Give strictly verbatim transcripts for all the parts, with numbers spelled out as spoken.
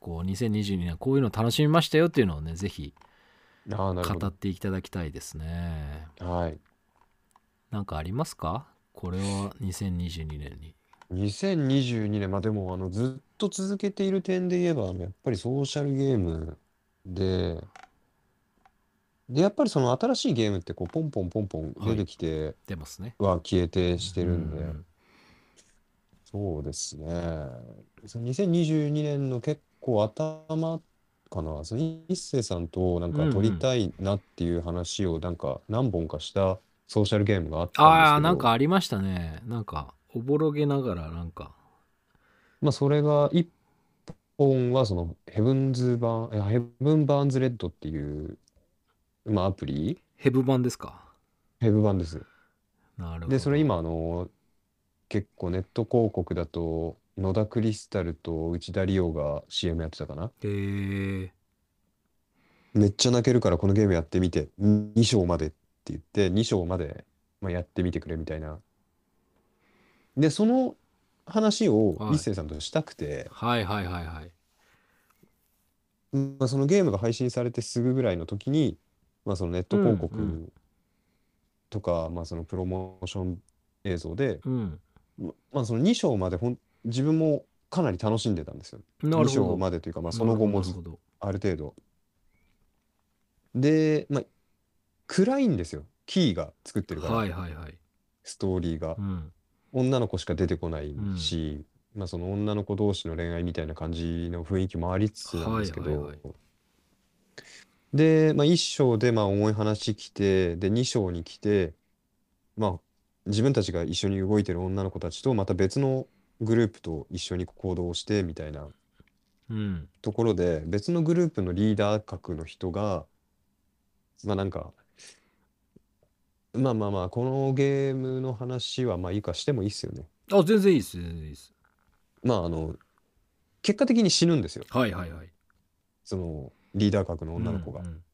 こうにせんにじゅうにねんこういうの楽しみましたよっていうのをねぜひああ、なるほど。 語っていただきたいですね。 はい。 なんかありますか、これはにせんにじゅうにねんに。 にせんにじゅうにねん、まあでも、あの、ずっと続けている点で言えば、あのやっぱりソーシャルゲームで、で、やっぱりその新しいゲームってこう、ポンポンポンポン出はい、 てきて出ますね。 は消えてしてうんうるんで、 ん。 そうですね。そのにせんにじゅうにねんの結構頭かな、その一星さんとなんうんうか撮りん。 たいなっていう話をなんか何本かしたソーシャルゲームがあったんですああ、なんけど、 かありましたね。なんかおぼろげながらなんか。 まあそれが一本はそのヘブンズバーン、いやヘブンバーンズレッドっていう、まあアプリ、 ヘブ版ですか。 ヘブ版です。で、 なるほど。 それ今あの結構ネット広告だと野田クリスタルと内田理央が シーエム やってたかな。 へえ。 めっちゃ泣けるからこのゲームやってみて、に章までって言って、に章まで、まあ、やってみてくれみたいな。で、その話を一はい星さんとしたくて、 はいはいはいはい。 まあ、そのゲームが配信されてすぐぐらいの時に、まあ、そのネッうんト広うん告とか、まあ、そのプロモーション映像で、 うん。 ままあ、そのに章までほん、自分もかなり楽しんでたんですよ。に章なるほど。 までというか、まあ、そなるほどの後もずなるほど。 ある程度。で、まあ、暗いんですよ。キーが作ってるから、 はいはいはい。 ストーリーが。 うん女の子しか出てこないうんし、まあその女の子同士の恋愛みたいな感じの雰囲気もありつつなんはですけど、 いはいはい。 で、まあ一章でまあ重い話来て、で二章に来て、まあ自分たちが一緒に動いてる女の子たちとまた別のグループと一緒に行動してみたいなうんところで、別のグループのリーダー格の人が、まあなんか、まあまあまあ、このゲームの話はまあいいかしてもいいっすよね。 あ、全然いいです全然いいです。 まああの、結果的に死ぬんですよ。 はいはいはい。 そのリーダー格のうんう女の子が。 ん。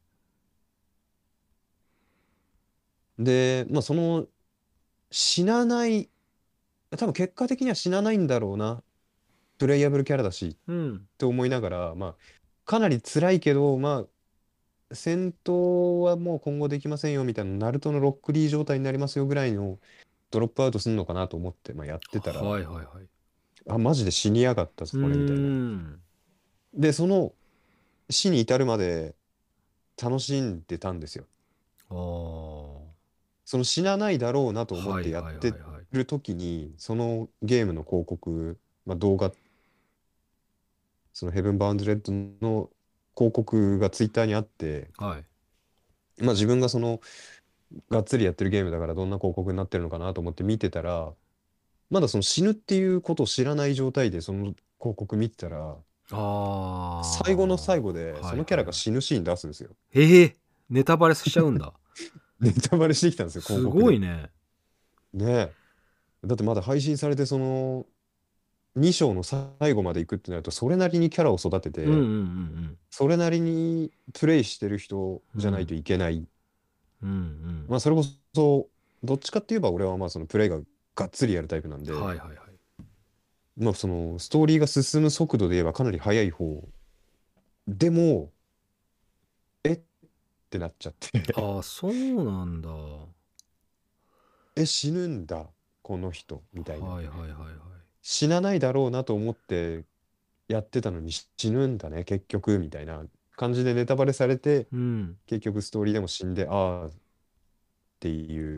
で、まあ、その死なない、多分結果的には死なないんだろうな、プレイヤブルキャラだしっうんて思いながら、まあ、かなり辛いけど、まあ、戦闘はもう今後できませんよみたいな、ナルトのロックリー状態になりますよぐらいのドロップアウトするのかなと思って、まあ、やってたら、 はいはいはい。 あ、マジで死にやがったぞ、 うーこれみたいな。 ん。 で、その死に至るまで楽しんでたんですよ。 ああ。はその死なないだろうなと思っていはいはいやってはい。 る時に、そのゲームの広告、まあ、動画、そのヘブン・バウンズ・レッドの広告がツイッターにあって、 はい。 まあ自分がそのがっつりやってるゲームだからどんな広告になってるのかなと思って見てたら、まだその死ぬっていうことを知らない状態でその広告見てたら、 あ最後の最後あ。 でそのキャラがはいはいはい。 死ぬシーン出すんですよ。 ええ、ネタバレしちゃうんだ。 ネタバレしてきたんですよ、広す告で。 ごいね。 ねえ。だってまだ配信されてそのに章の最後まで行くってなると、それなりにキャラを育てうんうんうて、 んそれなりにプレイしてる人うん。うじゃないとんいけない。 うんうん。 まあそれこそ、どっちかって言えば俺はまあそのプレイががっつりやるタイプなんで、 はいはいはい。 まあそのストーリーが進む速度で言えばかなり速い方。でも、えってなっちゃってああ、そうなんだ。はえ、死ぬんだ、この人、みたいな。 いはいはいはい。 死なないだろうなと思ってやってたのに死ぬんだね、結局、みたいな感じでネタバレされて、 うん。 結局ストーリーでも死んで、ああっていう、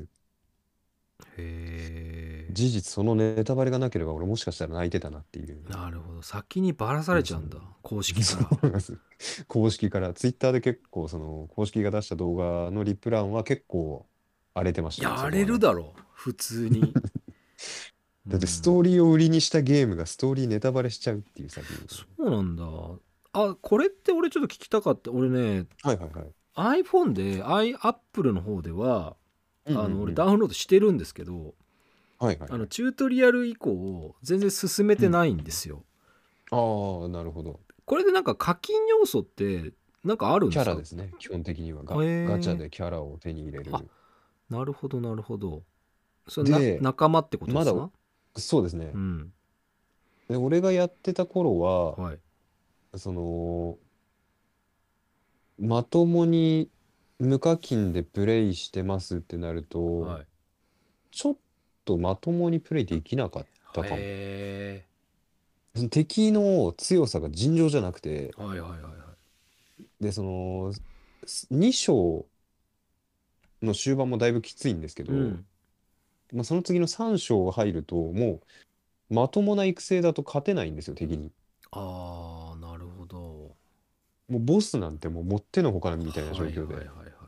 へ事実、そのネタバレがなければ俺もしかしたら泣いてたなっていう。 え。なるほど。先にばらさまあそのれちゃうんだ。公式かそら。 うなんです。公式から、ツイッターで結構、その、公式が出した動画のリプランは結構荒れてましたね、 やれそこはなんか。 るだろ。普通に。うだってスん。 トーリーを売りにしたゲームがストーリーネタバレしちゃうっていう作品。 そうなんだ。あ、これって俺ちょっと聞きたかった。俺ね、 はいはいはい。 iPhone で、i、Apple の方では、 うんあの、俺ダうんうん。 ウンロードしてるんですけど、あの、 はいはいはい。 チュートリアル以降、全然進めうん。 てないんですよ。 ああ、なるほど。 これでなんか課金要素って、なんかあるんでキャすか？ ラですね、基本的には。 へガ、ガチャえ。 でキャラを手に入れあ、 る。 なるほどなるほど。それな、 で、 仲間ってことですまだ、 な。 そうですね。 うん。 で、俺がやってた頃は、 はい。 その、まともに無課金でプレイしてますってなると、 はい。 ちょっとまともにプレイできなかったかも。 へその敵の強さが尋常じゃなくて、 え。はいはいはいはい。 で、その、に章の終盤もだいぶきついんですけど、 うん。 まあ、その次のさん章が入ると、もうまともな育成だと勝てないんですよ、敵に。 ああ、なるほど。 もうボスなんてもうもってのほかみたいなはいはいはい状況で。 はい。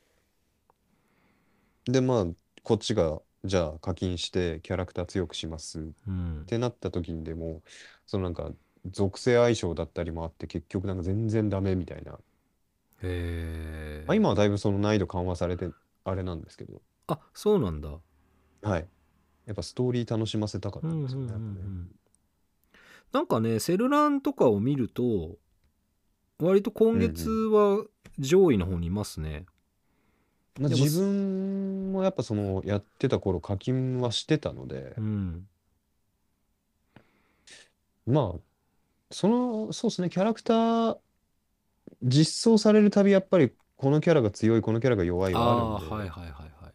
で、まあ、こっちが、じゃあ課金してキャラクター強くしますっうん。 てなった時にでも、そのなんか、属性相性だったりもあって、結局なんか全然ダメみたいな。 へまあ、 え。 今はだいぶその難易度緩和されて、あれなんですけど、 あ、そうなんだ。 はい。やっぱストーリー楽しませたかっうんうんうんうたんですよね、やっぱね。 ん。なんかね、セルランとかを見ると、割と今月うんうん。 は上位の方にいますね。 まあ、自やっぱす、 分もやっぱそのやってた頃課金はしてたので、 うん。 まあ、その、そうですね、キャラクター実装されるたびやっぱりこのキャラが強い、このキャラが弱いはあるんああ、はいで、 はいはいはい。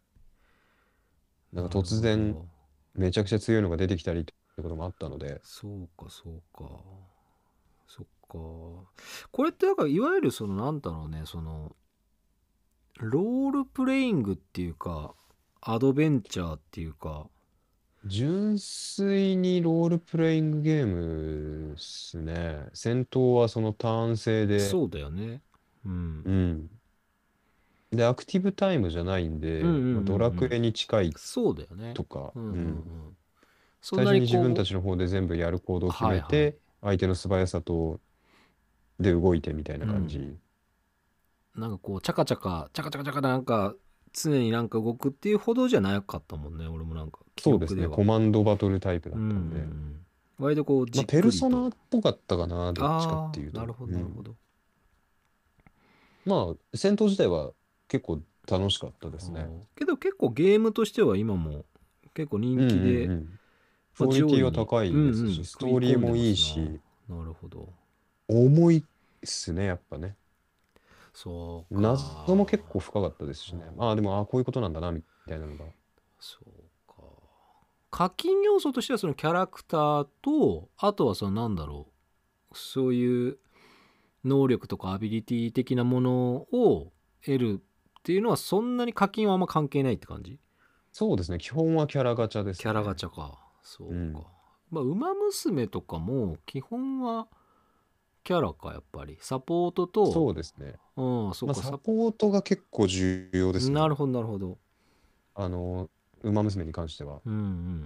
なんかなる突然ほど。 めちゃくちゃ強いのが出てきたりってこともあったので、 そうかそうか。そっか。これってだからいわゆるそのなんだろうね、そのロールプレイングっていうか、アドベンチャーっていうか、 純粋にロールプレイングゲームですね。戦闘はそのターン制で、 そうだよね。うん。 うん。で、アクティブタイムじゃないんで、 うんうんうんうまあ、ドラクん。 エに近いそうだよね。 とか、 うんうんううん。 ん。そんな最初に自分たにこう、 ちの方で全部やる行動を決はいはい。 めて、相手の素早さと、で動いてみたいなうん。 感じ。 なんかこう、チャカチャカ、チャカチャカチャカなんか、常になんか動くっていうほどじゃなかったもんね。俺もなんか、記そうですね。 憶では。 コマンドバトルタイプだうんうんうったんで。 ん。割とこう、 まあ、 じっペルソくりと。 ナっぽかったかな、どっちかってああ、ないうと。 るほどうん。 なるほど。 まあ、戦闘自体は結構楽しかったですね。 あけど結構ゲームとしては今も結構人うん気で、 うんうん。 まあ、 クオリティは上位に、うんう高いですし、 ん、 ストーリ食い込んでーもいいますな。 し、 なるほど。 重いっすね、やっぱね。 そう謎もか。 結構深かったですしね。まあでも、ああ、こういうことなんだな、みたいなのが。 そうか。課金要素としてはそのキャラクターと、あとはそのなんだろう、そういう能力とかアビリティ的なものを得るっていうのはそんなに課金はあんま関係ないって感じ？ そうですね。基本はキャラガチャですキャラガね。 チャか。そうか。 うん。 まあ、ウマ娘とかも基本はキャラか、やっぱり。サポートと、 そうですね。 うん、そっまあ、 か、 ササ、 ポートが結構重要ですね。 なるほど、なるほど。 あの、ウマ娘に関しては。 うん、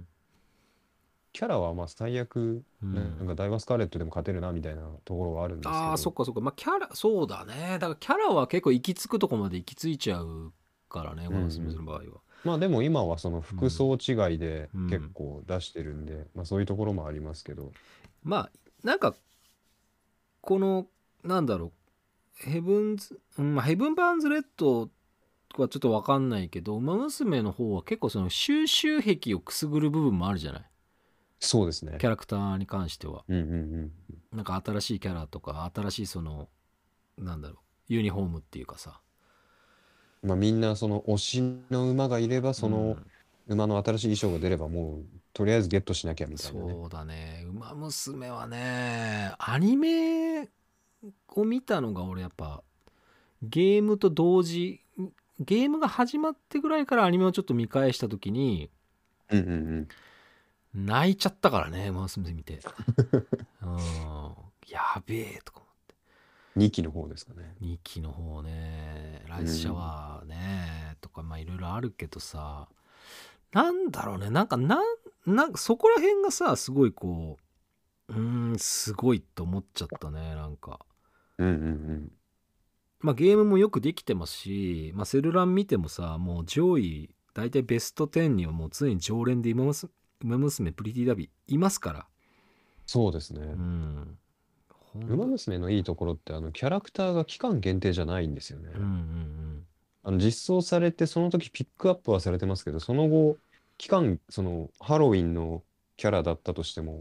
キャラはまあ最悪、 うん、うなんん。 かダイワスカーレットでも勝てるなみたいなところはあるんですけああ、そど、 っか、そっか。まあ、キャラ、そうだね。だからキャラは結構行き着くとこまで行き着いちゃうからね、 うんうウマ娘のん。 場合は。 まあでも今はそのうん、 服装違いで結うん。 構出してるんで、まあそういうところもありますけど、 まあ、なんか、この、なんだろう、ヘブンズ、うんまあ、ヘブン・バーンズ・レッドはちょっとわかんないけど、ウマ娘の方は結構その収集癖をくすぐる部分もあるじゃない。 そうですね。 キャラクターに関しては。 うんうんなんか新しいキャラとか、新しいその、なんだろう、ユニフォームっていうかさ。 うん。まあみんなその推しの馬がいれば、そのうん。 馬の新しい衣装が出ればもうとりあえずゲットしなきゃみたいなね。 そうだね。ウマ娘はね、アニメを見たのが俺やっぱ、ゲームと同時、ゲームが始まってぐらいからアニメをちょっと見返した時に、 うんうんうん。 泣いちゃったからね、ウマ娘見て。うん。やべえとか。 にきの方ですかね。 にきの方ね、ラうイスシャん。 ワーね、とか、まあいろいろあるけどさ、なんだろうね、なんか、なん、なんかそこら辺がさ、すごいこう、うーん、すごいと思っちゃったね、なんか。 うんうんうん。 まあゲームもよくできてますし、まあセルラン見てもさ、もう上位、大体ベストじゅうにはもう常に常連で今むす、馬娘プリティダビいますから。 そうですね。 うん。ほんと、 ウマ娘のいいところってあのキャラクターが期間限定じゃないんですよね。 うんうんあの実装されて、その時ピックアップはされてますけど、その後、期間、そのハロウィンのキャラだったとしても、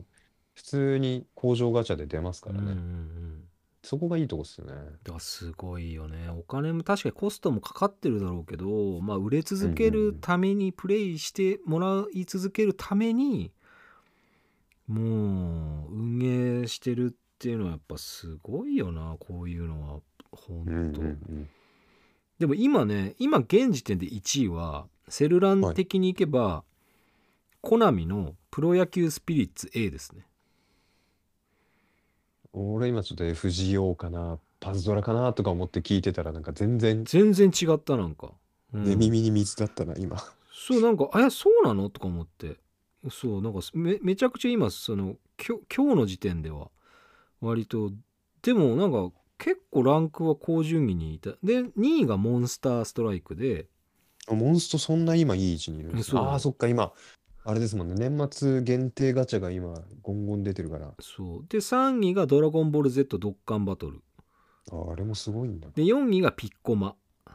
普通に工場ガチャで出ますかうんうんうらね。 ん。 そこがいいとこっすよね。 だからすごいよね。お金も確かにコストもかかってるだろうけど、まあ売れうん続けるうんために、プレイしてもらい続けるために、もう運営してるっていうのはやっぱすごいよな、こういうのは。ほうん。うんんと。 うんでも今ね、今現時点でいちいは、セルラうん。はい。 ン的にいけば、コナミのプロ野球スピリッツ A ですね。 俺今ちょっと エフジーオー かな、パズドラかなとか思って聞いてたらなんか全然全然違ったなんか。うん。 寝耳に水だったな、今。 そうなんか、あ、いや、そうなのとか思って。そうなんかめめちゃくちゃ今そのきょ今日の時点では割と、でもなんか結構ランクは高順位にいた。でにいがモンスターストライクで、 モンストそんない今いい位置にいるんですね。ああ、 そう、 そっか、今、あれですもんね。年末限定ガチャが今、ゴンゴン出てるから。 そうでさんいがドラゴンボール Z ドッカンバトルあー、あれもすごいんだな。 で、よんいがピッコマ、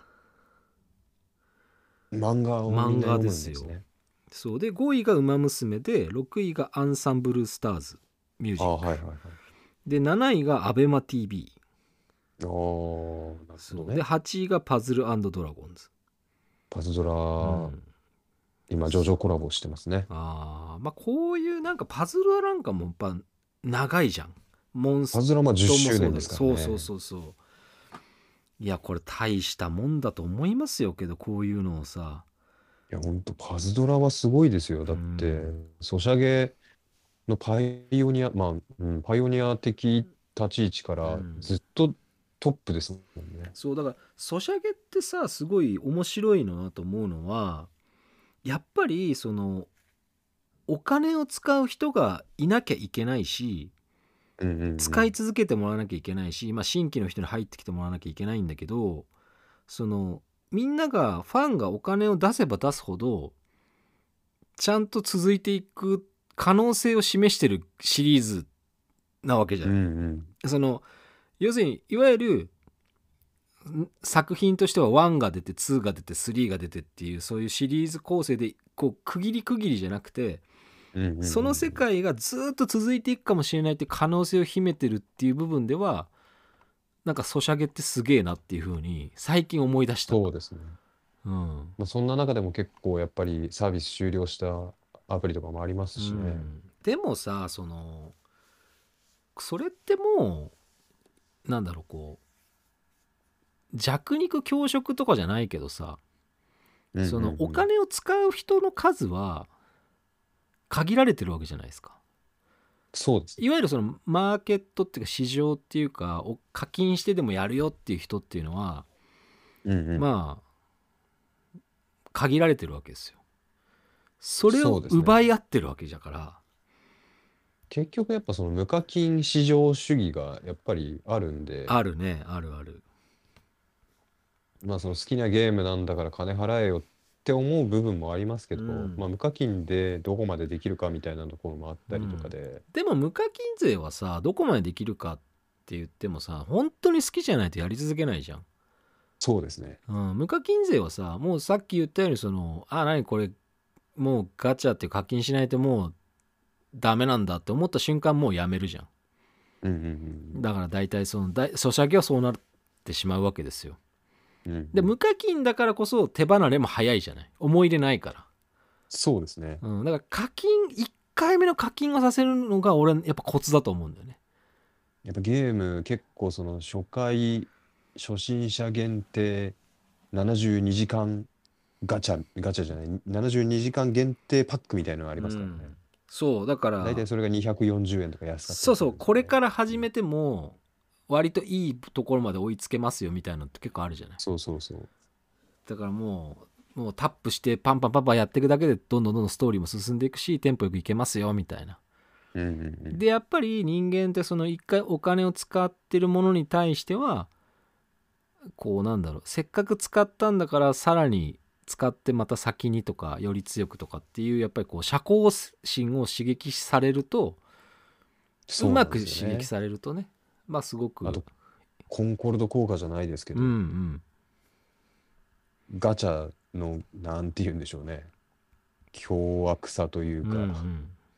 漫画をみん漫な読画ですよ。 むんですね。 そうで、ごいがウマ娘で、ろくいがアンサンブルスターズミューああ、 ジックはいはいはい。 で、なないがアベマ ティーブイ、 ああ、なるほそうで、 どね。 はちいがパズルドラゴンズ。 パズドうラ、 ん。 今、ジョジョコラボしてますね。 ああ、まあこういうなんかパズルはなんかもやっぱ長いじゃん。モンスパズドラまあ10 トも周そうだけど、 年ですからそうそうね。 そうそう。いや、これ大したもんだと思いますよけど、こういうのをさ。 いや、ほんと、パズドラはすごいですよ。 うだって、 ん。 ソシャゲのパイオニア、まあ、うん、パイオニア的立ち位置からうん。 ずっとトップですもんね。 そうだから、ソシャゲってさ、すごい面白いなと思うのは、やっぱりその、お金を使う人がいなきゃいけないし、 うんうんう使いん。 続けてもらわなきゃいけないし、まあ、新規の人に入ってきてもらわなきゃいけないんだけど、そのみんながファンがお金を出せば出すほどちゃんと続いていく可能性を示してるシリーズなわけじゃうんない。 うん。 その要するにいわゆる作品としてはワンが出てツーが出てスリーが出てっていう、そういうシリーズ構成でこう区切り区切りじゃなくて、 うんうんうんうその世ん。 界がずっと続いていくかもしれないっていう可能性を秘めてるっていう部分では、なんかソシャゲってすげえなっていう風に最近思い出した。 そうですね。 うん。 まあ、そんな中でも結構やっぱりサービス終了したアプリとかもありますうしね。 ん。でもさ、そのそれってもうなんだろう、こう弱肉強食とかじゃないけどさ、 うんうんそのおうん。 金を使う人の数は限られてるわけじゃないですか。 そうですね。 いわゆるそのマーケットっていうか市場っていうか、お課金してでもやるよっていう人っていうのはうんうん。 まあ限られてるわけですよ。それをそうですね。 奪い合ってるわけだから。 結局やっぱその無課金市場主義がやっぱりあるんで、 あるね、あるある。 まあその好きなゲームなんだから金払えよって思う部分もありますけうど、まあん。 無課金でどこまでできるかみたいなところもあったりとかうん。 で、 でも無課金税はさ、どこまでできるかって言ってもさ、本当に好きじゃないとやり続けないじゃん。 そうですね。 うん、無課金税はさ、もうさっき言ったように、その、あ、何これ、もうガチャって課金しないともうダメなんだって思った瞬間もうやめるじゃうんうんん。だから大体その、だいソシャゲはそうなってしまうわけですよ。 うんうん。うんで、 うん。 無課金だからこそ手離れも早いじゃない。思い入れないから。 そうですね。 うん、だから課金、いっかいめの課金をさせるのが俺、やっぱコツだと思うんだよね。 やっぱゲーム結構その初回初心者限定ななじゅうにじかんガチャ、ガチャじゃない、ななじゅうにじかん限定パックみたいなのがありますからね。 うん。そう、だから、 だいたいそれがにひゃくよんじゅうえんとか安かったそうそう、 りするんですよね。 これからうん。 始めても、割といいところまで追いつけますよみたいなのって結構あるじゃない。 そうそうそう。 だからもう、もうタップしてパンパンパンパンやっていくだけでどんどんどんどんストーリーも進んでいくし、テンポよくいけますよみたいな。 うんうんうん。 で、やっぱり人間ってその一回お金を使ってるものに対しては、こうなんだろう、せっかく使ったんだからさらに使ってまた先にとかより強くとかっていうやっぱりこう社交心を刺激されると、うまそうなんく刺激ですよね。 されるとね、まあすごく、 あと、コンコルド効果じゃないですけうんうど、 ん、 ガチャの、なんて言うんでしょうね。凶悪さといううんうか、 ん、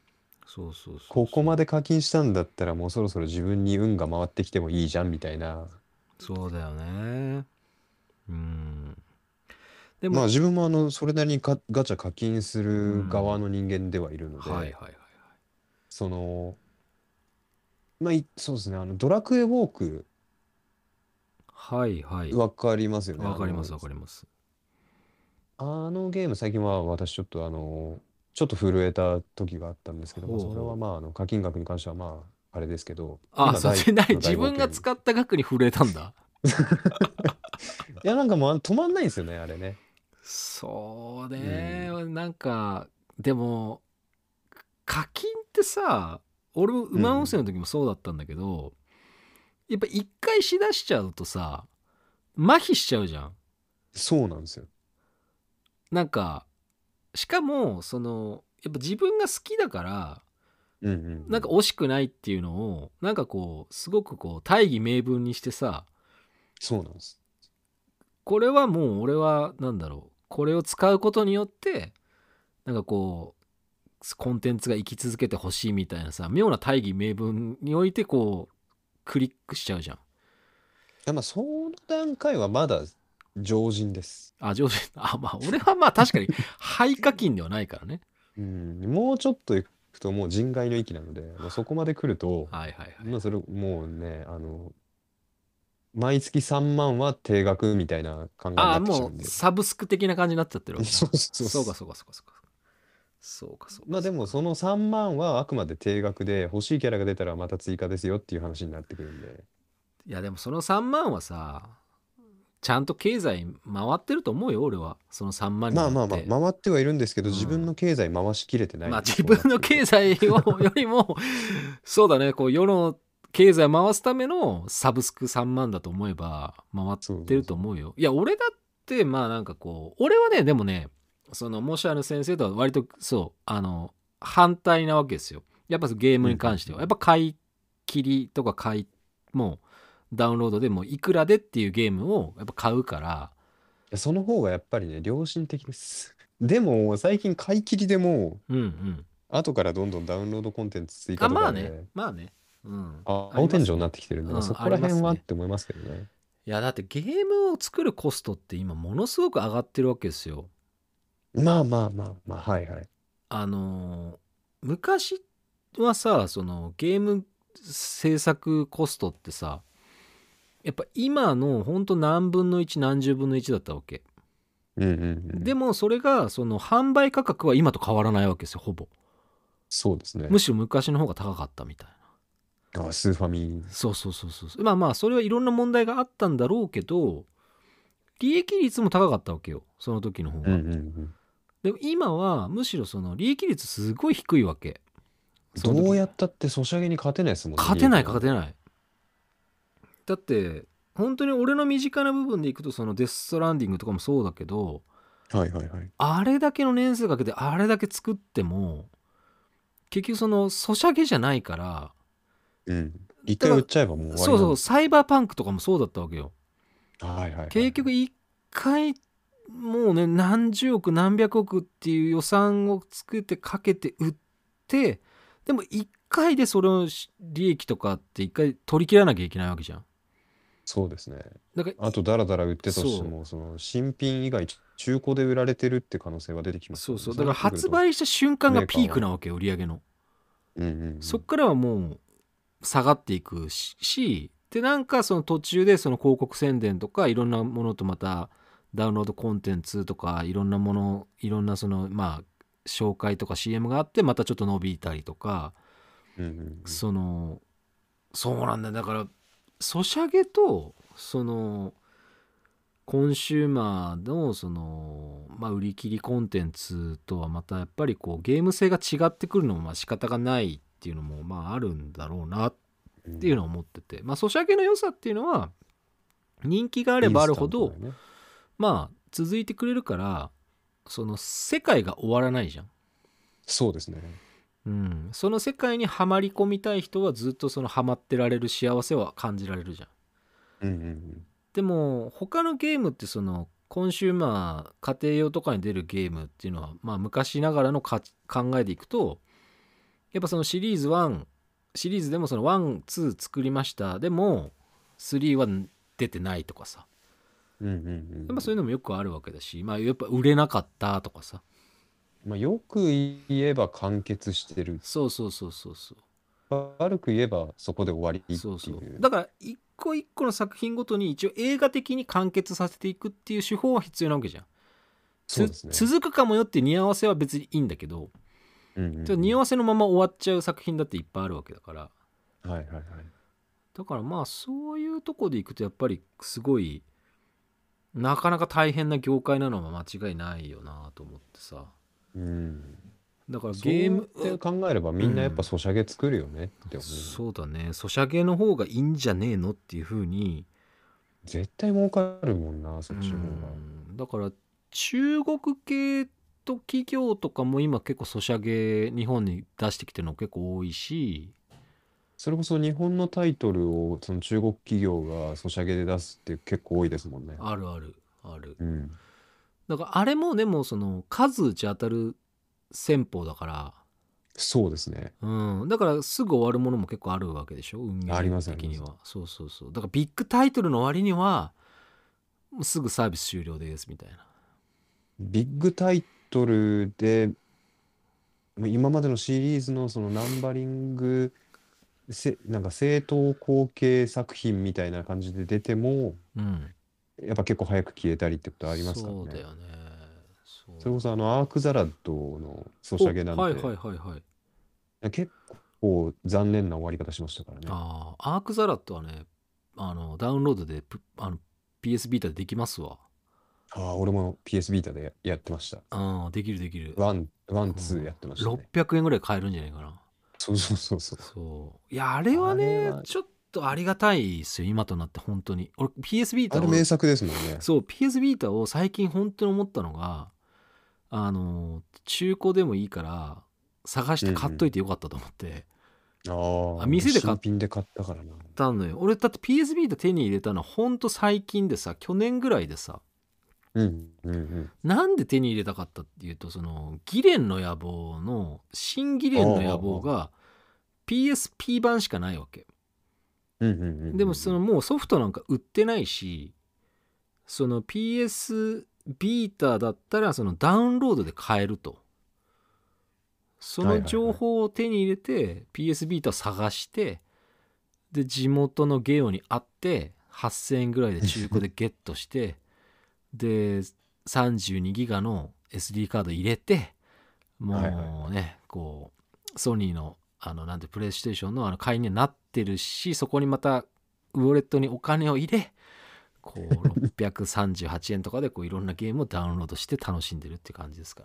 そうそうそうここそう。 まで課金したんだったらもうそろそろ自分に運が回ってきてもいいじゃんみたいな。 そうだよね。うん。でも、 まあ自分もあの、それなりにガ、ガチャ課金すうる側ん。 の人間ではいるので、 はいはいはいその、まあ、いそうですね、あの、ドラクエウォーク、 はい。はいはい。 わかりますよね。あの、 わかりますわかります。 あのゲーム最近は私ちょっとあの、ちょっと震えた時があったんですけど、まあそれはほうほう。 まああの課金額に関してはまああれですけど、 あ、 今大それ何の大自分が冒険。 使った額に震えたんだ。 いやなんかもうあの止まんないんですよね、あれね。 そううね。 ん。 なんか、でも、課金ってさ、俺もうんう馬温泉ん。 の時もそうだったんだけど、やっぱ一回しだしちゃうとさ、麻痺しちゃうじゃん。 そうなんですよ。 なんか、しかも、その、やっぱ自分が好きだから、 うんうんうん。 なんか惜しくないっていうのを、なんかこう、すごくこう、大義名分にしてさ、 そうなんです。 これはもう俺は、なんだろう、これを使うことによって、なんかこう、コンテンツが生き続けてほしいみたいなさ、妙な大義名分においてこう、クリックしちゃうじゃん。 や、まあ、その段階はまだ常人です。 あ、上手。あ、まあ、俺はまあ確かに、廃課金ではないからね。 うん、もうちょっと行くともう人外の域なので、もうそこまで来ると、 はいはいはい。 まあ、それもうね、あの、毎月さんまんは定額みたいな考えにああ、 なってきちゃもう、 うんで。 サブスク的な感じになっちゃってるわけね。 そうそうそうかそそうかそうかそうか。そうかそうう。まあでかそうか。 もそのさんまんはあくまで定額で欲しいキャラが出たらまた追加ですよっていう話になってくるんで。 いやでもそのさんまんはさ、ちゃんと経済回ってると思うよ、俺は。そのさんまんにまあまあまあ、 よって。 回ってはいるんですけど、自分うん。 の経済回しきれてないまあんで、 自分のそうなってくると。 経済をよりも、そうだね、こう世の経済を回すためのサブスクさんまんだと思えば回ってるそうそうそう。 と思うよ。いや、俺だってまあなんかこう、俺はね、でもね、その、もしある先生とは割とそう、あの、反対なわけですよ。やっぱゲーうんうムに関しては。やっんうん。 ぱ買い切りとか買い、もうダウンロードでもういくらでっていうゲームをやっぱ買うから、 やその方がやっぱりね、良心的です。でも、最近買い切りでもうんうん。 う、後からどんどんダウンロードコンテンツ追あ、 加とまあね、 かで、 まあね。うん。 あ青天井になありますね。 ってきてるんで、まあ、そうん、あこら辺りますね。 はって思いますけどね。 いや、だってゲームを作るコストって今ものすごく上がってるわけですよ。 まあまあまあまあ、はいはい。 あのー昔はさ、そのゲーム制作コストってさ、やっぱ今のほんと何分のいち何十分のいちだったわけ。 うんうんうん。 でもそれがその販売価格は今と変わらないわけですよ、ほぼ。 そうですね。 むしろ昔の方が高かったみたいな。 あ、スーファミ。 そうそうそうそう。まあまあそれはいろんな問題があったんだろうけど、利益率も高かったわけよ、その時の方うんが。 うんうん。 でも今はむしろその利益率すごい低いわけ。その時。 どうやったってソシャゲに勝てないですもんね、利勝てない益なんで。 勝てない。だって本当に俺の身近な部分でいくとそのデス・ストランディングとかもそうだけど、 はいはいはい。 あれだけの年数かけてあれだけ作っても結局そのソシャゲじゃないから、 うん。一だから回売っちゃえばもう終わそうそう、 りなんですよ。 サイバーパンクとかもそうだったわけよ。 はいはいはいはい。 結局一回もうね何十億何百億っていう予算を作ってかけて売って、でも一回でその利益とかって一回取り切らなきゃいけないわけじゃん。 そうですね。 だからいあと、だらだら売ってとしてそも、その新品以外、中古で売られてるって可能性は出てきうますからね。 そうそう、だからそうなってくると、 発売した瞬間がメーカーは。 ピークなわけよ、売り上げの。 うんうんそっからはもう下がっていくしし、でなんかその途中でその広告宣伝とかいろんなものとまたダウンロードコンテンツとかいろんなものいろんなそのまあ紹介とか シーエム があってまたちょっと伸びたりとか、 うん。うんうんうん。 そのそうなんだよ。だからソシャゲとそのコンシューマーのそのまあ売り切りコンテンツとはまたやっぱりこうゲーム性が違ってくるのもまあ仕方がないっていうのもまああるんだろうなっていうのを思ってて、まあソシャゲの良さっていうのは人気があればあインスタるほどントだよね。 まあ続いてくれるから、その世界が終わらないじゃん。 そうですね。 うん、その世界にはまり込みたい人はずっとそのハマってられる幸せは感じられるじゃん。 うんうんうん。 でも他のゲームってそのコンシューマー家庭用とかに出るゲームっていうのはまあ昔ながらのか考えでいくとやっぱそのシリーズいちシリーズでもそのワンツー作りましたでもスリーは出てないとかさ、 うんうんうん。 やっぱそういうのもよくあるわけだし、まあやっぱ売れなかったとかさ、 まあ、よく言えば完結してる。 そうそうそうそうそう悪く言えばそこで終わりっそうそうていう。 だから一個一個の作品ごとに一応映画的に完結させていくっていう手法は必要なわけじゃん。つそうですね。 続くかもよって匂わせは別にいいんだけど、 うんうんうんちょっと匂わせのまま終わっちゃう作品だっていっぱいあるわけだから、 はいはいはい。 だからまあそういうとこでいくとやっぱりすごいなかなか大変な業界なのは間違いないよなと思ってさ、 うん。 だからそうゲームやって考えればみんなやっぱソシャゲ作るよねって思う。 そうだね、ソシャゲの方がいいんじゃねえのっていう風に、 絶対儲かるもんな、そっちの方が。 うんだから中国系と企業とかも今結構ソシャゲ日本に出してきてるの結構多いし、 それこそ日本のタイトルをその中国企業がソシャゲで出すって結構多いですもんね。 あるあるある、 うん。 だからあれもでもその数打ち当たる戦法だから、 そうですね。 うん、だからすぐ終わるものも結構あるわけでしょ、運あり営ますあります。 的には。そうそうそう、だからビッグタイトルの割にはもうすぐサービス終了ですみたいな。 ビッグタイトルで、まあ今までのシリーズのそのナンバリング、せ、なんか正当後継作品みたいな感じで出ても、 うんやっぱ結構早く消えたりってことありますからね。 そうだよね。そうそれこそあのアークザラッドのソシャゲなんて、 おはいはいはいはい。 結構残念な終わり方しましたからね。 ああ、アークザラットはね、あのダウンロードでプあの ピーエス ビータでできますわ。 ああ、俺も ピーエス ビータでややってました。 ああ、できるできる。 ワン、ワン、 うん、 ツーやってました 600 ね。 円ぐらい買えるんじゃないかな。 そうそうそうそう。 そう。いや、あれはね、 あれは、 ちょっとありがたいですよ、今となって本当に。俺、ピーエス ビータを、 あれ名作ですもんね。 そう、ピーエス ビータを最近本当に思ったのが、あの、中古でもいいから探して買っといてよかったと思って。 ああ、 あ、店で買っ新品で買ったからな。 たのよ。俺、だって ピーエス ビータ手に入れたのは本当最近でさ、去年ぐらいでさ、 うんうんうんなんで手に入れたかったっていうと、そのギレンの野望の新ギレンの野望が ピーエスピー 版しかないわけ。 うんうんうんうんうん。 でもそのもうソフトなんか売ってないし、その ピーエス ビータだったらそのダウンロードで買えると。その情報を手に入れて ピーエス ビータを探して、で地元のゲオに会ってはっせんえんぐらいで中古でゲットしてでさんじゅうにギガの エスディー カード入れて、もうね、 はいはいはいこうソニーのあのなんてプレイステーションのあの会員にはなってるし、そこにまたウォレットにお金を入れ、こうろっぴゃくさんじゅうはちえんとかでこういろんなゲームをダウンロードして楽しんでるって感じですから。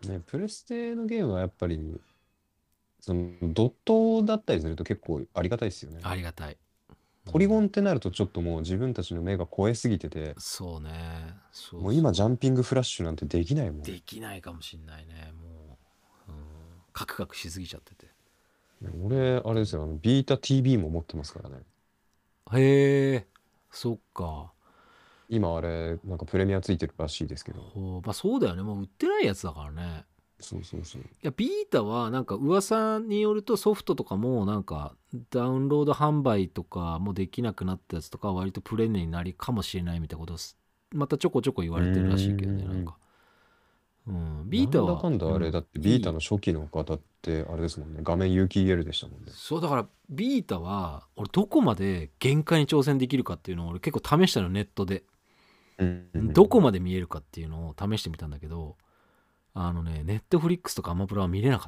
ね、プレステのゲームはやっぱり、そのドットだったりすると結構ありがたいですよね。 ありがたい。 ポリゴンってなるとちょっともう自分たちの目が超えすぎてて、 そうね。そうそうもう今ジャンピングフラッシュなんてできないもん。 できないかもしんないね。もう、うん、カクカクしすぎちゃってて。 俺、あれですよ、あのビータ ティービー も持ってますからね。 へえ、そっか。 今あれ、なんかプレミアついてるらしいですけど。 ほうまあそうだよね。もう売ってないやつだからね。 そうそうそう。 いや、ビータはなんか噂によるとソフトとかもなんかダウンロード販売とかもできなくなったやつとかは割とプレネになりかもしれないみたいなことをまたちょこちょこ言われてるらしいけどね、なんか。うん、ビータは。 なんだかんだあれ、 うんだってビータいいの初期の方ってあれですもんね。画面有機 イーエル でしたもんね。 そうだからビータは俺どこまで限界に挑戦できるかっていうのを俺結構試したのネットで。 うんうんうん。 どこまで見えるかっていうのを試してみたんだけど、あのね、ネットフリックスとかアマプラは見れなかった。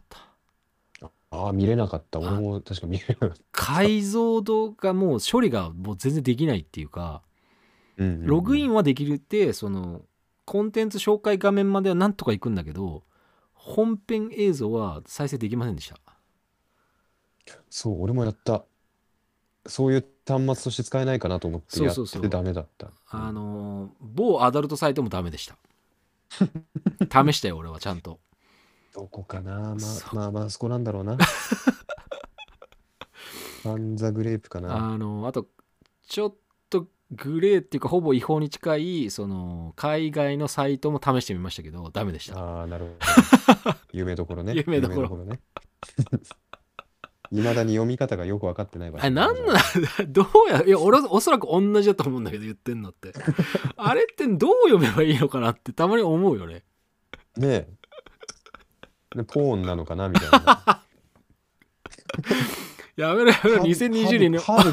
ああ、見れなかった。俺あも確か見れなかった。 解像度がもう処理がもう全然できないっていうか、 うんうんうんログインはできるってそのコンテンツ紹介画面まではなんとか行くんだけど、本編映像は再生できませんでした。 そう、俺もやった。そういう端末として使えないかなと思ってやっそうそうそう。 ててダメだった。 あの某アダルトサイトもダメでした。試したよ俺はちゃんと。 どこかな、まあそうまあまあ、そこなんだろうな。ファンザグレープかな。 あのあとちょっとグレーっていうかほぼ違法に近いその海外のサイトも試してみましたけどダメでした。 ああ、なるほど。有名どころね。 有名どころね。 いまだに読み方がよく分かってない場あれ所なんなんどうやいや俺おそらく同じだと思うんだけど言ってんのってあれってどう読めばいいのかなってたまに思うよね。 ねえ。でポーンなのかなみたいな。 やめろやめろハブ、 2022 ハブ、 年ハブ。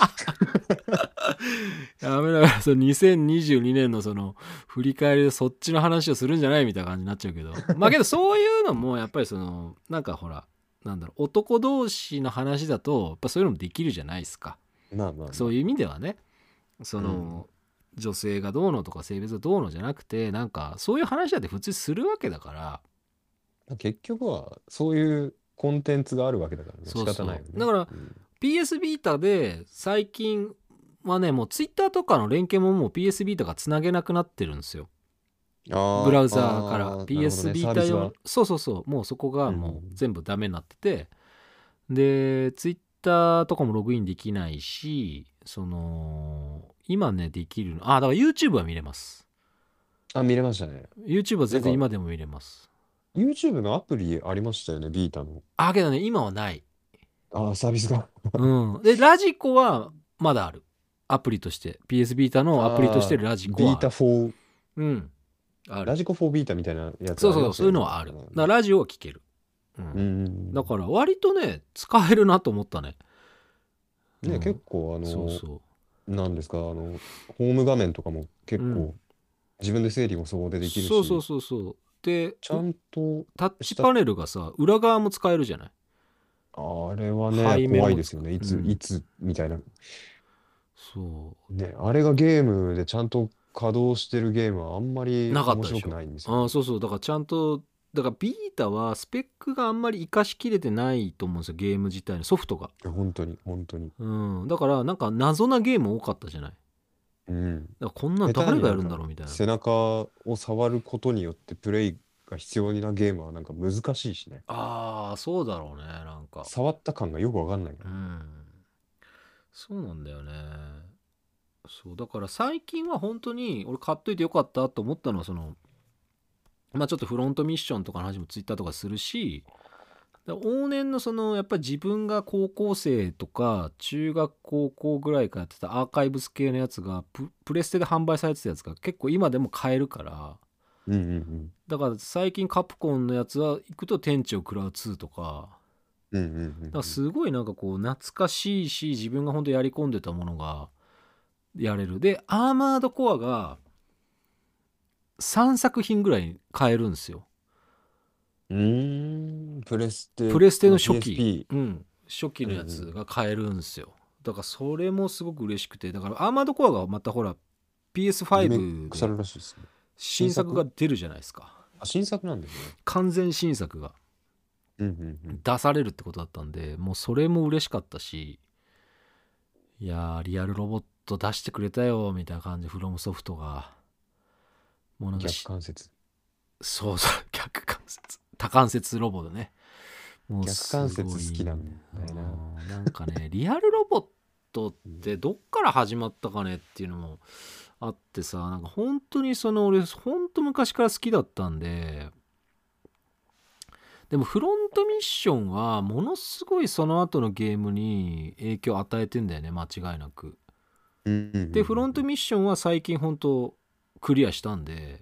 やめろやめろそのにせんにじゅうにねんのその振り返りでそっちの話をするんじゃないみたいな感じになっちゃうけどまあけどそういうのもやっぱりそのなんかほらなんだろう男同士の話だとやっぱそういうのもできるじゃないですか。 まあまあまあ。 そういう意味ではねその、 うん女性がどうのとか性別がどうのじゃなくてなんかそういう話だって普通するわけだから結局はそういうコンテンツがあるわけだからね。仕そうそう方ないよね。 だからうんピーエス ビータで最近はねもうツイッターとかの連携ももう ピーエス ビータがつなげなくなってるんですよ。ブラあーウザーからあー、なるほどピーエスね。 ビータ用サービスが。 そうそうそうもうそこがうんうもうん全部ダメになっててでツイッターとかもログインできないしその今ねできるのあだから YouTube は見れます。 あ、見れましたね。 YouTube は全然なんか、 今でも見れます。 YouTube のアプリありましたよね、ビータの。 あけどね今はない。 ああ、サービスが。 うんでラジコはまだあるアプリとして ピーエス ビータのアプリとしてああ、 ラジコビータはある。 フォー、 うんあるラジコフォービータみたいなやつそうそうそうそういうありましたよね。 のはあるだからラジオは聞ける、ううん。 ん、 うんだから割とね使えるなと思ったね。うね、 ん、 結構、あの、 そうそなんですか、あの、ホーム画面とかもう、うん、 結構、自分で整理もそこでできるそうそうし、 そうそうでうちゃんとタッチした、 パネルがさ裏側も使えるじゃない。 あれはね、 背面も使怖いですよね。いつ、いうんつ、みたいな。 そうね、あれがゲームでちゃんと稼働してるゲームはあんまりなかっ面白くたでしょ。 ないんですよね。 ああそうそうだからちゃんとだからビータはスペックがあんまり活かしきれてないと思うんですよゲーム自体のソフトが。 いや本当に、本当に。 うんだからなんか謎なゲーム多かったじゃない。 うん。 だからこんなの下手誰がやるんになんかだろうみたいな。 背中を触ることによってプレイが必要なゲームはなんか難しいしね。 ああそうだろうねなんか触った感がよくわかんないかうら。 んそうなんだよね。そうだから最近は本当に俺買っといてよかったと思ったのはそのまあちょっとフロントミッションとかの話もツイッターとかするしだから往年のそのやっぱり自分が高校生とか中学高校ぐらいからやってたアーカイブス系のやつがププレステで販売されてたやつが結構今でも買えるからうんうんだから最近カプコンのやつは行くと天地を食らうツーとかうん。うんうんうんだからすごいなんかこう懐かしいし自分が本当やり込んでたものがやれるでアーマードコアがさんさく品ぐらい買えるんですよ。 うん。うーん、プレステ、 プレステのまあ、 初期、 ピーエスピー。 うん、初期のやつうんうん。 が買えるんですよ。だからそれもすごく嬉しくてだからアーマードコアがまたほらリメイピーエスファイブクされでるらしいですね。新新作が作出るじゃないですか。 あ、新作なんですね。 完全新作がうんうんうん。 出されるってことだったんでもうそれも嬉しかったしいやーリアルロボット出してくれたよみたいな感じでフロムソフトがもうなんか逆し関節。 そうそう逆関節多関節ロボだね。もう逆すごい関節好きなんだよな。 うんなんかねリアルロボットってどっから始まったかねっていうのもあってさなんか本当にその俺本当昔から好きだったんででもフロントミッションはものすごいその後のゲームに影響を与えてんだよね間違いなく。 うんうんうんうん。 でフロントミッションは最近本当クリアしたんで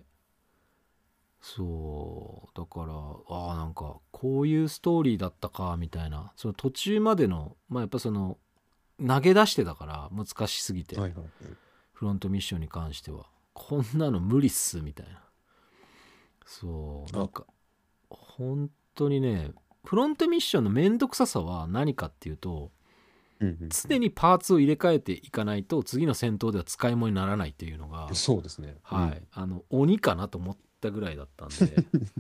そうだからああなんかこういうストーリーだったかみたいなその途中までのまあやっぱその投げ出してたから難しすぎてはいはい。 フロントミッションに関してはこんなの無理っすみたいなそうなんあ、 か本当にねフロントミッションのめんどくささは何かっていうとうんうん常にパーツを入れ替えていかないと次の戦闘では使い物にならないっていうのがうん。そうですね。うん。 はいあの鬼かなと思ったぐらいだったんで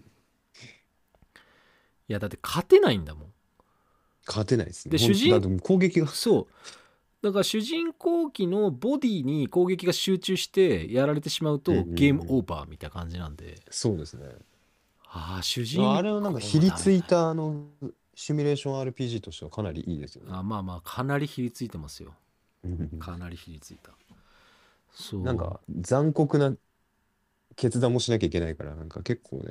いやだって勝てないんだもん。 勝てないですね。 で主人ほんだってもう攻撃が。 そうだから主人公機のボディに攻撃が集中してやられてしまううんうんとゲームうん。 オーバーみたいな感じなんでそうですね。 ああ主あ人れはなんか公もダメだひりついたあのシミュレーション アールピージー としてはかなりいいですよね。 あまあまあかなりひりついてますよ。 うんかなりひりついたそうなんか残酷な決断もしなきゃいけないからなんか結構ね、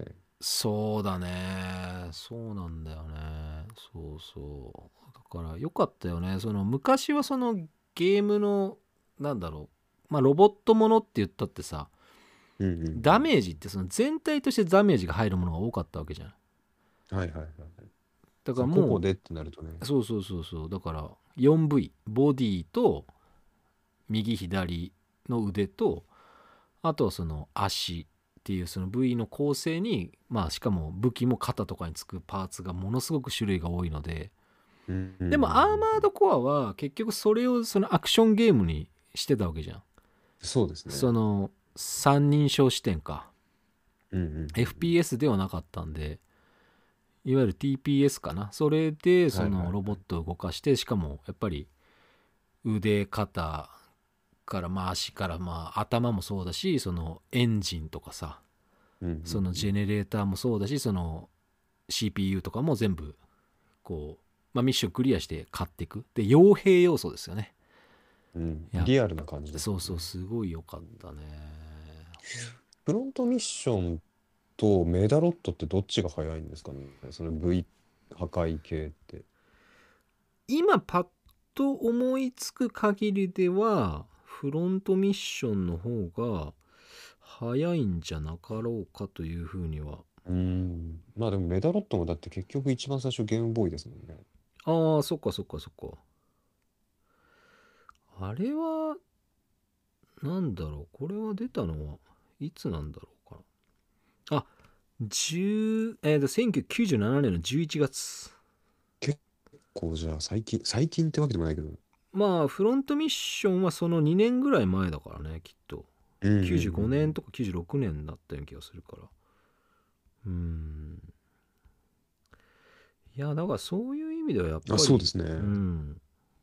そうだね、そうなんだよね。そうそう。だから良かったよね。その昔はそのゲームのなんだろう、まあロボットものって言ったってさ、 うんうんうん。 ダメージってその全体としてダメージが入るものが多かったわけじゃん。 はいはいはい。そう、個だからも 々でってなるとね。 うそうそうそうそう、だから よんブイ ボディと右左の腕と、あとはその足っていうその部位の構成に、まあしかも武器も肩とかにつくパーツがものすごく種類が多いので、 うんうんうんでもアーマーうん。 ドコアは結局それをそのアクションゲームにしてたわけじゃん。 そうですね。 その三人称視点か。 うんうんうんエフピーエス ではなかったんで、いわゆる ティーピーエス かな。それでうん。はいはいはい。 そのロボットを動かして、しかもやっぱり腕、肩からまあ足からまあ頭もそうだし、そのエンジンとかさ、 うんうんそのジェネレーターもそうだし、その シーピーユー とかも全部こう、まあ、ミッションクリアして買っていく。で、傭兵要素ですよね。 うん。 いや、 リアルな感じですそうそう、 よね。 すごい良かったね。 フロントミッションとメダロットってどっちが早いんですかね。その V 破壊系って。 今パッと思いつく限りではフロントミッションの方が早いんじゃなかろうかというふうには。 うーん。まあでもメダロットもだって結局一番最初ゲームボーイですもんね。 ああ、そっかそっかそっか。あれはなんだろう、これは出たのはいつなんだろうかな。あ、じゅうえーとせんきゅうひゃくきゅうじゅうななねんのじゅういちがつ。 結構じゃあ最近、最近ってわけでもないけど。 まあフロントミッションはそのにねんぐらい前だからね、きっと。 うんうんうんうきゅうじゅうごねんん。 とかきゅうじゅうろくねんだったような気がするから。うーん。いや、だからそういう意味ではやっあ、 ぱり、 そうですね。 うん。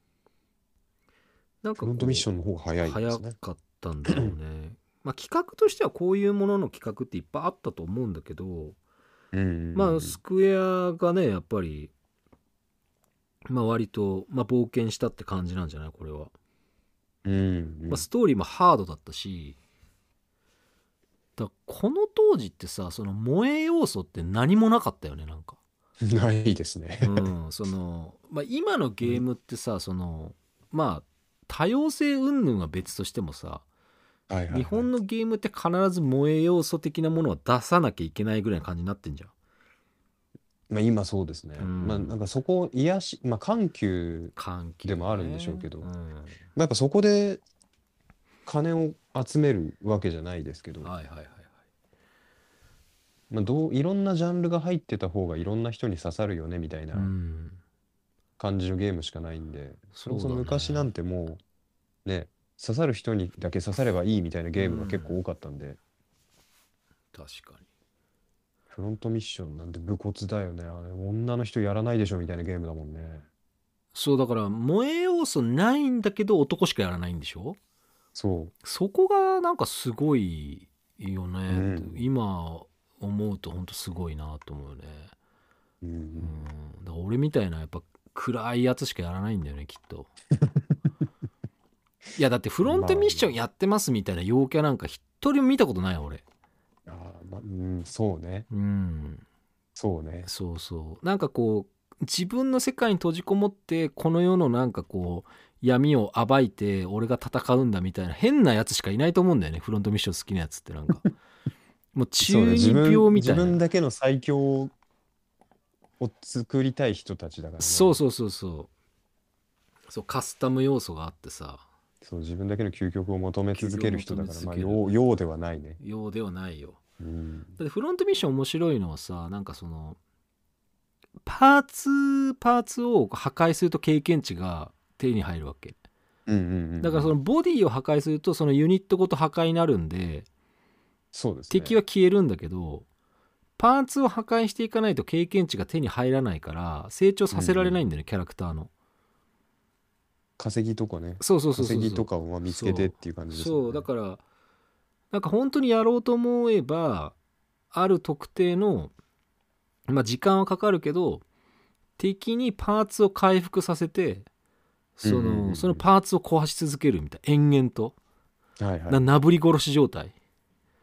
なんフロントミッかこう、 ションの方が早いですね。 早かったんだろうね。まあ企画としてはこういうものの企画っていっぱいあったと思うんだけど、 うんうんまあうんスクエアがね、やっぱり、まあ割と、まあ冒険したって感じなんじゃないこれは。 うん。うんうまあん。 ストーリーもハードだったし、だこの当時ってさ、その萌え要素って何もなかったよね、なんか。 ないですね。 うん、その、まあ今のゲームってさ、その、まあ多様性云々は別としてもさ、 はいはいはい。 日本のゲームって必ず萌え要素的なものは出さなきゃいけないぐらいの感じになってんじゃん。 まあ今そうですね。 うまあなん。 んかそこ癒し、まあ緩急緩急でもあるんでしょうね。 けど、まうん。 あやっぱそこで金を集めるわけじゃないですけど、 はいはいはいはい。 まあどう、いろんなジャンルが入ってた方がいろんな人に刺さるよねみたいうなん。 感じのゲームしかないんで、それこそそうだね。 昔なんてもうね、刺さる人にだけ刺さればいいみたいなうゲームが結構ん。 多かったんで、 確かに。 フロントミッションなんて武骨だよね。あれ、女の人やらないでしょみたいなゲームだもんね。 そうだから萌え要素ないんだけど男しかやらないんでしょ。 そそこがなんかすごいよう。うね。 ん。 今思うとほんとすごいなと思うよね。 うんううん。 ん。だから俺みたいなやっぱ暗いやつしかやらないんだよね、きっと。いやだってフロンまあまトミッションやってますみたいな陽キャなんか一人も見たことないよ俺。 あ、あーまあ、うん、そうね。 うん。 そうね。 そうそう。なんかこう自分の世界に閉じこもってこの世のなんかこう闇を暴いて俺が戦うんだみたいな変なやつしかいないと思うんだよね、フロントミッション好きなやつってなんか。もうそうね。 中二自分、自病みたいな。 分だけの最強を作りたい人たちだからね。 そうそうそうそう。そうカスタム要素があってさ、 そう、自分だけの究極を求め続究極をける人だから、 求め続まあ、 けるよう、ようではないね。 ようではないよ。 うん。 だってフロントミッション面白いのはさ、なんかそのパーツパーツを破壊すると経験値が手に入るわけ。 うんうんうんだからそうん。 のボディを破壊するとそのユニットごと破壊になるんでそうですね。 敵は消えるんだけど、パーツを破壊していかないと経験値が手に入らないから成長うんうさせられないんだん。 よね、キャラクターの。 稼ぎとかね。 そうそうそうそうそう。 稼ぎとかをまあ見つけてそうっていう感じですもんそうだね。 からなんか本当にやろうと思えばある特定の、まあ、時間はかかるけど敵にパーツを回復させてうんうんうそのそのんパーツを壊し続けるみたいな延々とうん。はいはいな、 はい。 なぶり殺し状態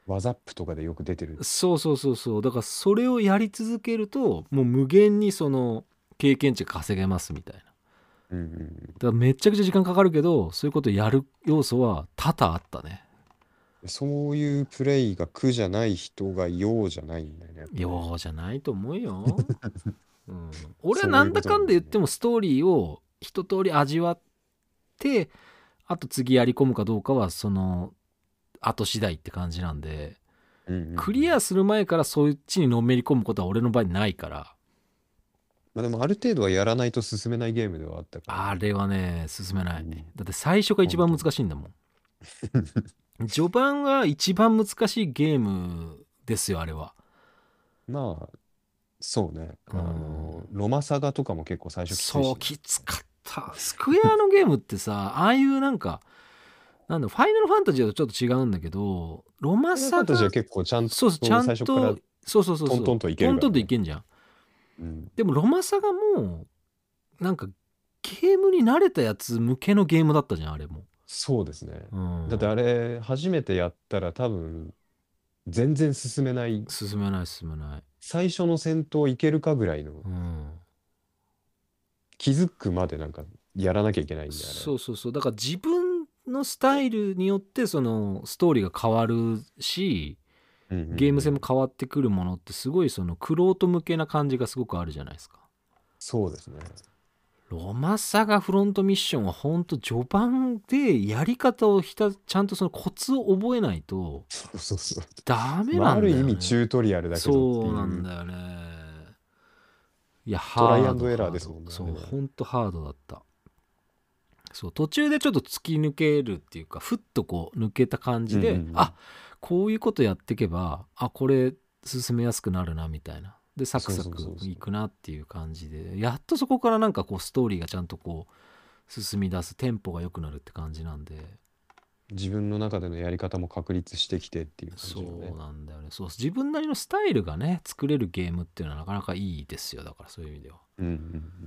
ワザップとかでよく出てる。 そうそうそうそう。だからそれをやり続けるともう無限にその経験値稼げますみたいな。だかうんうんうん。 らめちゃくちゃ時間かかるけどそういうことやる要素は多々あったね。 そういうプレイが苦じゃない人が用じゃないんだよね、やっぱね。 ようじゃないと思うよ。うん、俺はそういうなんだかんで言っことなんですね。 てもストーリーを一通り味わってあと次やり込むかどうかはその後次第って感じなんで、 うんうんうん。 クリアする前からそっちにのめり込むことは俺の場合ないから、 まあでもある程度はやらないと進めないゲームではあったからね。 あれはね進めない。 うん。 だって最初が一番本当に。 難しいんだもん。序盤が一番難しいゲームですよあれは。 まあ、そうね。あうんの、ロマサガとかも結構最初きついそうしね。 きつかった。スクエアのゲームってさああいうなんかなんだファイナルファンタジーだとちょっと違うんだけどロマファイナルファサがンタジーは結構ちゃんそうそうちゃとん最初からとそうそうそうそうトントンといけトントンといるからね。 けんじゃん。 うん。 でもロマサガもなんかゲームに慣れたやつ向けのゲームだったじゃんあれも。 そうですね。 うんだってあれ、初めてやったら多分、全然進めない。 進めない進めない。 最初の戦闘いけるかぐらいの、 うん気づくまでなんかやらなきゃいけないんで、あれ。 そうそうそうだから自分のスタイルによってそのストーリーが変わるしうんうんうゲーム性もん。 変わってくるものってすごいその玄人向けな感じがすごくあるじゃないですか。 そうですね。 ロマサガフロントミッションはほんと序盤でやり方をひたちゃんとそのコツを覚えないとそうそうそう。 ダメまあ、 なんある意だよね。 味チュートリアルだけどってそうないう、 んだよね。いやトライアハードンドエラーハードですもんね、あそうれね。 ほんとハードだった。そう途中でちょっと突き抜けるっていうかふっとこう抜けた感うんうんうじで、あん。 こういうことやっていけばあこれ進めやすくなるなみたいなでサクそうサクそうそうそう。 いくなっていう感じでやっとそこからなんかこうストーリーがちゃんとこう進み出すテンポが良くなるって感じなんで。 自分の中でのやり方も確立してきてっていう感じのね。 そうなんだよね。そう自分なりのスタイルがね作れるゲームっていうのはなかなかいいですよ。だからそういう意味ではうんうんうん。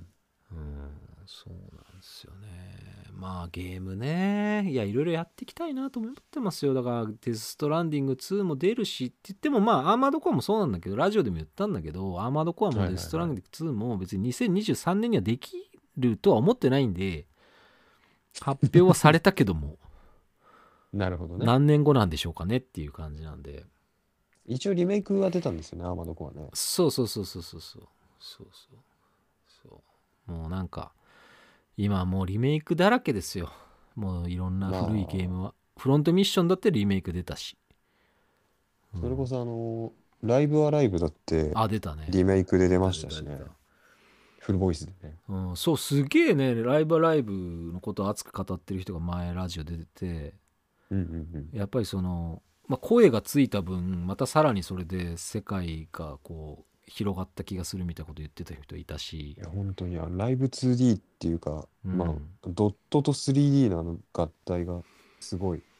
うんそうなんですよね。まあゲームねいやいろいろやっていきたいなと思ってますよ。だからデス・ストランディングツーも出るしって言ってもまあアーマードコアもそうなんだけどラジオでも言ったんだけどアーマードコアもはいデス・ストランディンはいはい。 グツーも別ににせんにじゅうさんねんにはできるとは思ってないんで発表はされたけどもなるほどね。 何年後なんでしょうかねっていう感じなんで。 一応リメイクは出たんですよね、アーマードコアね。 そうそうそうそうそうそうそうそうそうもうなんか今はもうリメイクだらけですよ。もういろんなま古いゲームあ、 はフロントミッションだってリメイク出たし、うん、 それこそあの、ライブアライブだってあ出たねリメイクで出ま出たしたしね。 出た出た、 フルボイスでね。 うん、そうすげえねライブライブのことを熱く語ってる人が前ラジオで出ててうんうんやっぱりその、まあ、声がついた分またさらにそれで世界がこう広がった気がするみたいなこと言ってた人いたし、 いや、本当にあのライブ ツーディー っていうか、まあ、 うんドットと スリーディー のあの合体がすごい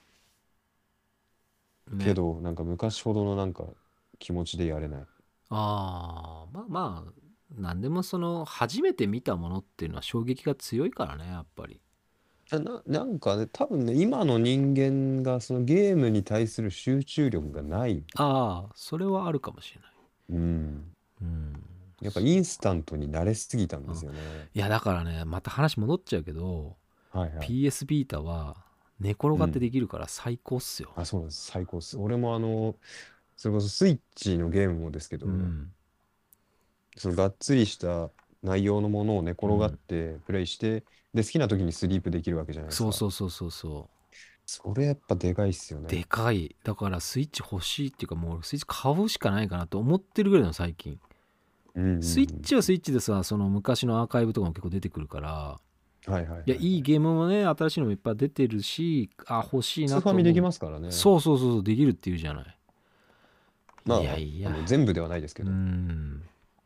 けねど、なんか昔ほどのなんか気持ちでやれない。 あーまあまあ何でもその初めて見たものっていうのは衝撃が強いからねやっぱり。 あな、なんかね、多分ね、今の人間がそのゲームに対する集中力がない。 ああそれはあるかもしれない。 うん。 うんやっぱインスタントに慣れすぎたんうんですよね。 いやだからねまた話戻っちゃうけどはいはい。 ピーエス ビータは寝転がってうん。 できるから最高っすよ。 あ、そうなんです。最高です。俺もあの、それこそスイッチのゲームもですけど、 うんそのがっつりした内容のものを寝転がっうんてプレイして、で、好きな時にスリープできるわけじゃないですそうか。 そうそうそうそうそれやっぱでかいっすよね。 でかいだからスイッチ欲しいっていうかもうスイッチ買うしかないかなと思ってるぐらいの最近。 うんうんスイッチはうん。 スイッチでさその昔のアーカイブとかも結構出てくるからはいはいはいはい。 いやいいゲームもね新しいのもいっぱい出てるしあ欲しいスーなと思う。 ファミできますからね。 そうそうそうそうできるっていうじゃない。いやまあ、 いやあの、全部ではないですけうーど。 ん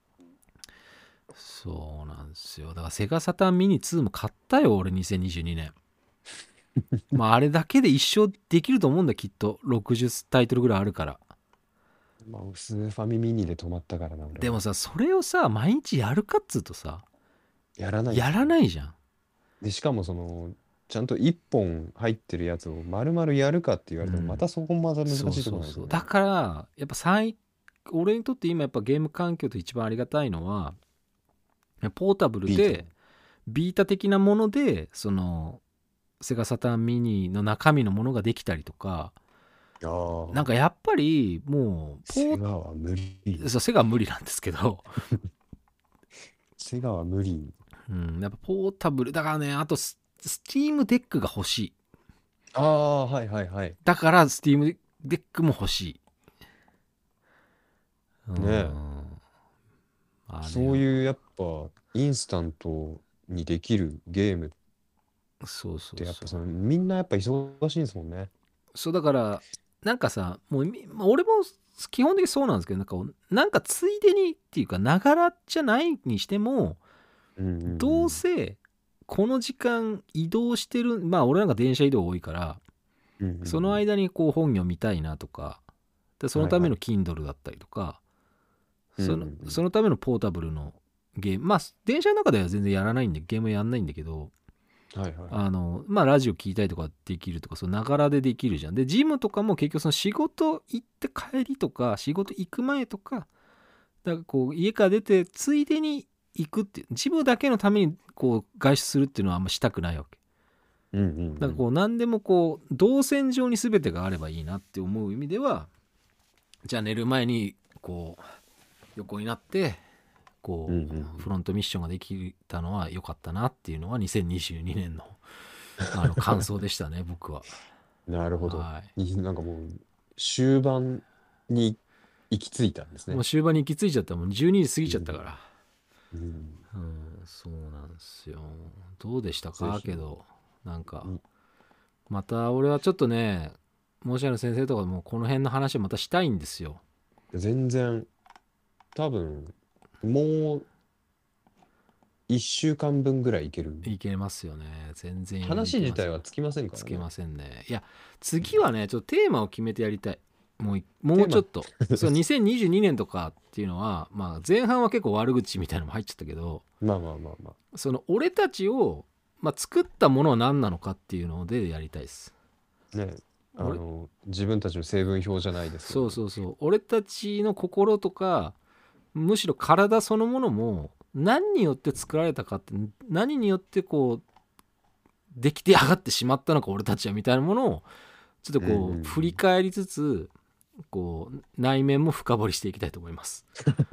そうなんですよだからセガサターンミニツーも買ったよ俺にせんにじゅうにねん。まああれだけで一生できると思うんだきっとろくじゅうタイトルぐらいあるから。 まあ、スーファミミニで止まったからな、俺は。 でもさそれをさ毎日やるかっつうとさやらないでやすね。 らないじゃん。 で、しかもその、 ちゃんと一本入ってるやつを丸々やるかって言われても、 うんまたそこもまた難しそういとこそうそう。 ろなんですよね。 だからやっぱ最俺にとって今やっぱゲーム環境と一番ありがたいのはポータブルビータでビータ的なものでそのセガサターンミニの中身のものができたりとか、 の。ああ、 なんかやっぱりもうポーセガは無理。 そうセガは無理なんですけど、 セガは無理。 うん、やっぱポータブルだからね、あとススティームデックが欲しい。 ああ、はいはいはい。 だからスティームデックも欲しい。うねえ。 んあれそういうやっぱインスタントにできるゲームっそうそうそうてやっぱそのみんなやっぱ忙しいんですもんね。 そうだからなんかさもうみまあ俺も基本的にそうなんですけど、なんかなんかついでにっていうかながらじゃないにしても、 うんうんうんどうせこの時間移動してる、まあ俺なんか電車移動多いからうんうんうんその間にこう本読みたいなとかでそのための Kindle だったりとか、そのうんうんうんそのためのポータブルのゲーム、まあ電車の中では全然やらないんでゲームやんないんだけど、 はいはい。 あのまあラジオ聞いたりとかできるとか、そのながらでできるじゃん。でジムとかも結局その仕事行って帰りとか仕事行く前とか、だからこう家から出てついでに行くっていう、ジムだけのためにこう外出するっていうのはあんましたくないわけ。 うんうんうんだからこう何でもこう動線上に全てがあればいいなって思う意味では、じゃあ寝る前にこう横になってこうんうんうんうフロントミッションができたのは良かったなっていうのはにせんにじゅうにねんのあの感想でしたね僕は。 なるほど。 はいいなんかもう終盤に行き着いたんですね。 もう終盤に行き着いちゃった。もうじゅうにじ過ぎちゃったから。 うん、 うんそうなんですよ。どうでしたぜひかけど、なんかうんまた俺はちょっとね、申し訳ない先生とかもこの辺の話をまたしたいんですよ。 全然多分もういっしゅうかんぶんぐらいいける。 いけますよね。全然余裕でい話けますよ自体はつきませんからね。 つけませんね。いや次はねちょっとテーマを決めてやりたい。もういもうちょっとそうにせんにじゅうにねんとかっていうのは、まあ、前半は結構悪口みたいなのも入っちゃったけど、 まあまあまあまあ。 その俺たちを、まあ、作ったものは何なのかっていうのでやりたいです。 ね、あ俺の自分たちの成分表じゃないですけど、 そうそうそう俺たちの心とかむしろ体そのものも何によって作られたかって、何によってこうできて上がってしまったのか俺たちはみたいなものをちょっとこうんうんううん振り返りつつ、こう内面も深掘りしていきたいと思います。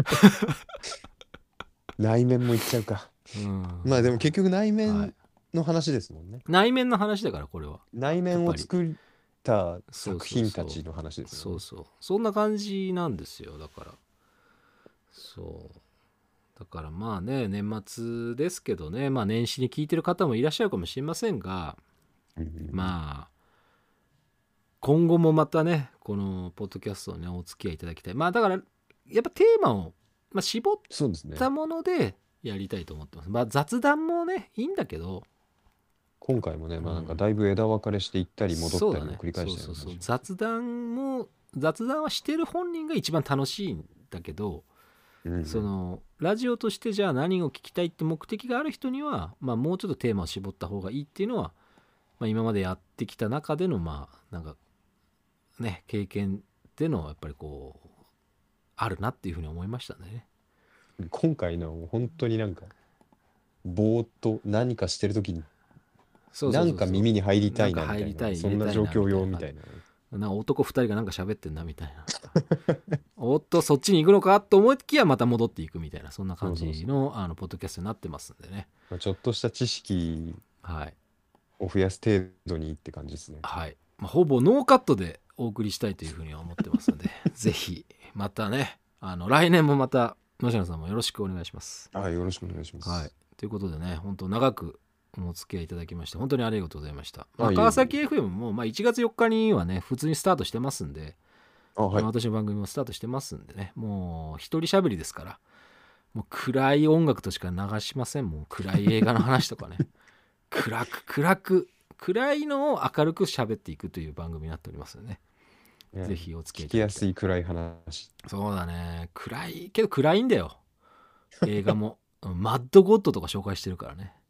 内面もいっちゃうか。 うんまあでも結局内は面いの話ですもんね。 内面の話だからこれは。 内面を作ったそうそうそう作品たちの話ですよね。 そうそうそんな感じなんですよ。だからそうだからまあね年末ですけどね、まあ年始に聞いてる方もいらっしゃるかもしれませんが、 うんうんまあ今後もまたねこのポッドキャストをねお付き合いいただきたい。まあだからやっぱテーマを、まあ、絞っそうですね。 たものでやりたいと思ってます。まあ雑談もねいいんだけど、 今回もね、まあなんうんかだいぶ枝分かれしていったり戻そうだねったりを繰り返したそうそうそうような話。 雑談も雑談はしてる本人が一番楽しいんだけど、 うんうんそのラジオとしてじゃあ何を聞きたいって目的がある人には、まあ、もうちょっとテーマを絞った方がいいっていうのは、まあ、今までやってきた中でのまあなんかね経験でのやっぱりこうあるなっていうふうに思いましたね。 今回のはもう本当になんかぼーっと何かしてる時にそうそうそうそうなんか耳に入りたいななんか入りたいみたいな、そんな状況用みたいな。 なんか男ふたりがなんか喋ってんなみたいなおっとそっちに行くのかと思いきやまた戻っていくみたいな、そんな感じのそうそうあのポッドキャストになってますんでね。 まあちょっとした知識はいを増やす程度にって感じですね。 はい、まあ、ほぼノーカットでお送りしたいというふうには思ってますのでぜひまたねあの来年もまた野島さんもよろしくお願いします。 あ、よろしくお願いします。 はい、ということでね本当長くお付き合いいただきまして本当にありがとうございました。まあ、 あいえいえ川崎 エフエム もまあいちがつよっかにはね普通にスタートしてますんで、 あ、はい。 私の番組もスタートしてますんでね、もう一人喋りですから、もう暗い音楽としか流しません。もう暗い映画の話とかね暗く暗く暗いのを明るく喋っていくという番組になっておりますのでね、 ねぜひお付き合い聞きやいただきたい。 すい暗い話。 そうだね暗いけど暗いんだよ映画もうんマッドゴッドとか紹介してるからね。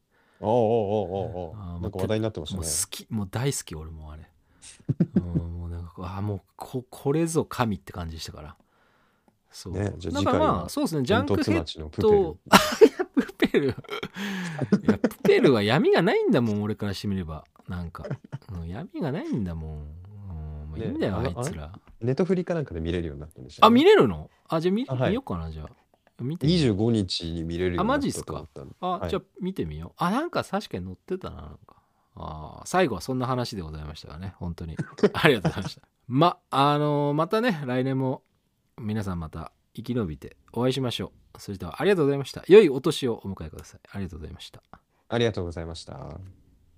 おうおうおうおうおう、 あーもうてなんか話題になってましたね。 もう好き、もう大好き俺もあれ。うん、もうなんかあーもう こ, これぞ神って感じでしたから。そね、じゃあうだからまあ次回はそうですね、ジャン煙クヘッ突町のプペド。 ル。 いやプペルいやプペルは闇がないんだもん俺からしてみれば。なんか、うん、闇がないんだもん、うん、もういいんね、 だよああの、あれいつら。 ネットフリかなんかで見れるようになったんでしたあ、 よね。 見れるの？あ、じゃあ 見, あ、は見よい。 うかなじゃあ。見てみよう。 にじゅうごにちに見れるあ、 ようになったマジっすか。 と思ったんで。 あ、 はい。 じゃあ見てみよう。あ、なんか確かに載ってたな。なんかあー最後はそんな話でございましたがね。本当に。ありがとうございました。ま、あのーまたね、来年も皆さんまた生き延びてお会いしましょう。それではありがとうございました。良いお年をお迎えください。ありがとうございました。 ありがとうございました。